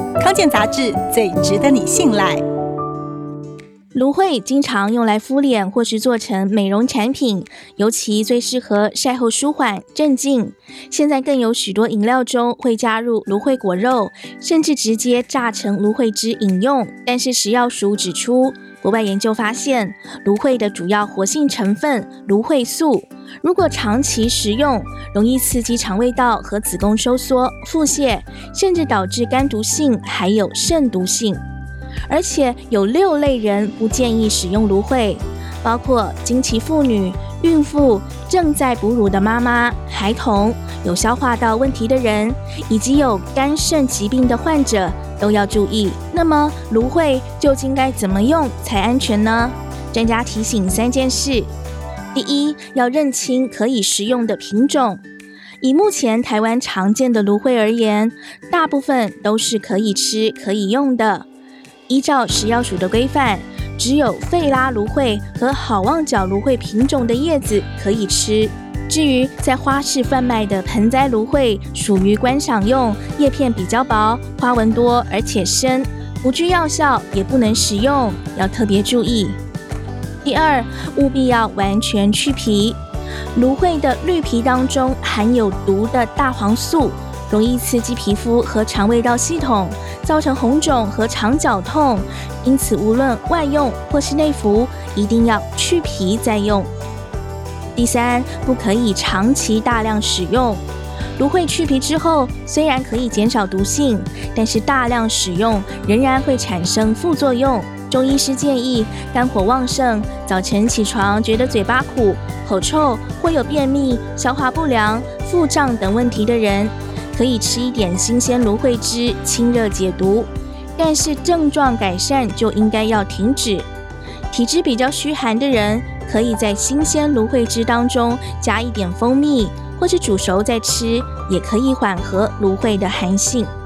康健杂志最值得你信赖。 芦荟经常用来敷脸或是做成美容产品，尤其最适合晒后舒缓镇静。现在更有许多饮料中会加入芦荟果肉，甚至直接榨成芦荟汁饮用。但是食药署指出，国外研究发现，芦荟的主要活性成分芦荟素，如果长期食用，容易刺激肠胃道和子宫收缩、腹泻，甚至导致肝毒性还有肾毒性。而且有6类人不建议使用芦荟，包括经期妇女、孕妇、正在哺乳的妈妈、孩童、有消化道问题的人，以及有肝肾疾病的患者都要注意。那么芦荟究竟该怎么用才安全呢？专家提醒3件事。第一，要认清可以食用的品种。以目前台湾常见的芦荟而言，大部分都是可以吃、可以用的。依照食药署的规范，只有费拉芦荟和好望角芦荟品种的叶子可以吃。至于在花市贩卖的盆栽芦荟，属于观赏用，叶片比较薄，花纹多而且深，不具药效，也不能食用，要特别注意。第二，务必要完全去皮。芦荟的绿皮当中含有毒的大黄素，容易刺激皮肤和肠胃道系统，造成红肿和肠绞痛，因此无论外用或是内服，一定要去皮再用。第三，不可以长期大量使用。芦荟去皮之后，虽然可以减少毒性，但是大量使用仍然会产生副作用。中医师建议，肝火旺盛、早晨起床觉得嘴巴苦、口臭或有便秘、消化不良、腹胀等问题的人，可以吃一点新鲜芦荟汁清热解毒，但是症状改善就应该要停止。体质比较虚寒的人，可以在新鲜芦荟汁当中加一点蜂蜜，或是煮熟再吃，也可以缓和芦荟的寒性。